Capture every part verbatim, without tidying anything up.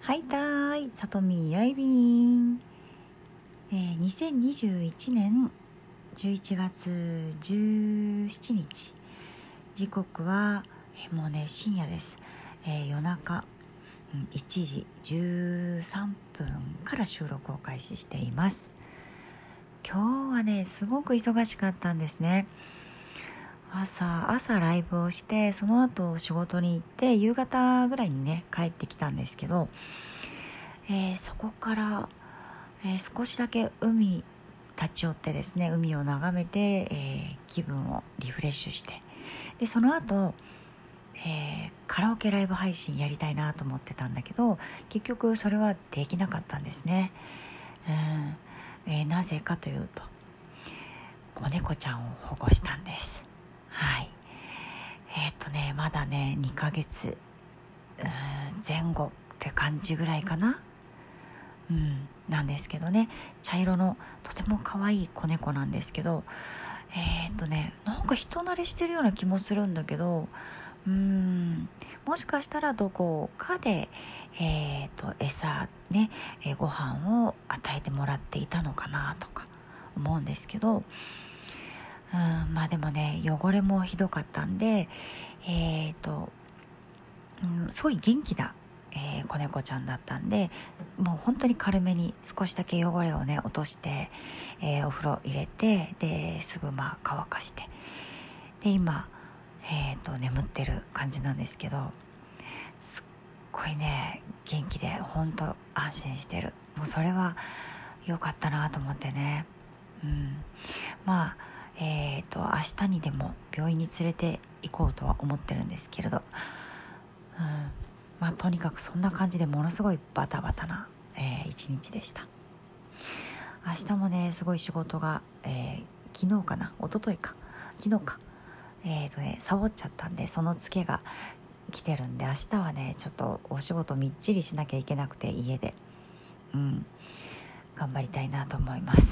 はいたーい、さとみやいびん、えー、にせんにじゅういちねんじゅういちがつじゅうしちにち、時刻は、えー、もうね深夜です、えー、夜中、うん、いちじじゅうさんぷんから収録を開始しています。今日はねすごく忙しかったんですね。朝朝ライブをして、その後仕事に行って夕方ぐらいにね帰ってきたんですけど、えー、そこから、えー、少しだけ海立ち寄ってですね、海を眺めて、えー、気分をリフレッシュして、でその後、えー、カラオケライブ配信やりたいなと思ってたんだけど、結局それはできなかったんですね。うん、えー、なぜかというと、子猫ちゃんを保護したんです。はいえー、っとねまだねにかげつ前後って感じぐらいかな。うん、なんですけどね、茶色のとても可愛い子猫なんですけど、えー、っとねなんか人慣れしてるような気もするんだけど、うーんもしかしたらどこかで、えー、っと餌ね、えー、ご飯を与えてもらっていたのかなとか思うんですけど、うんまあでもね汚れもひどかったんで、えー、っと、うん、すごい元気なえー、子猫ちゃんだったんで、もう本当に軽めに少しだけ汚れをね落として、えー、お風呂入れて、ですぐまあ乾かして、で今、えー、と眠ってる感じなんですけど、すっごいね元気で本当安心してる。もうそれは良かったなと思ってね。うんまあえー、と明日にでも病院に連れて行こうとは思ってるんですけれど、うんまあ、とにかくそんな感じでものすごいバタバタな、えー、一日でした。明日もねすごい仕事が、えー、昨日かな一昨日か昨日かえーとねサボっちゃったんで、そのツケが来てるんで、明日はねちょっとお仕事みっちりしなきゃいけなくて、家でうん頑張りたいなと思います。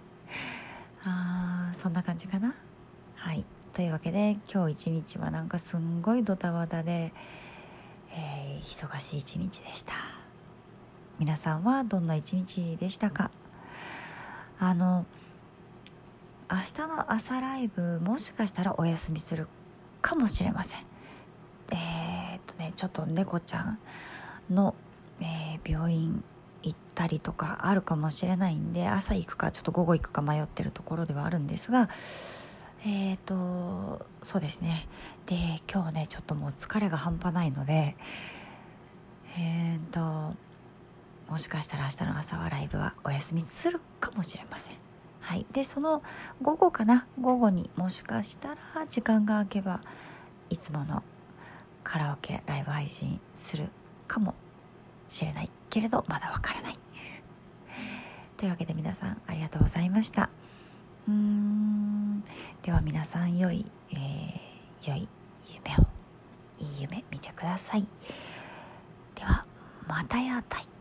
あーそんな感じかな。はいというわけで、今日一日はなんかすんごいドタバタで、えー、忙しい一日でした。皆さんはどんな一日でしたか？あの明日の朝ライブ、もしかしたらお休みするかもしれません。えー、っとねちょっと猫ちゃんの、えー、病院行ったりとかあるかもしれないんで、朝行くかちょっと午後行くか迷ってるところではあるんですが、えーとそうですね。で今日ねちょっともう疲れが半端ないので、えーともしかしたら明日の朝はライブはお休みするかもしれません。はい、でその午後かな午後にもしかしたら時間が空けばいつものカラオケライブ配信するかもしれないけれど、まだわからないというわけで、皆さんありがとうございました。うーんでは皆さん良い、えー、良い夢をいい夢見てください。ではまたやたい。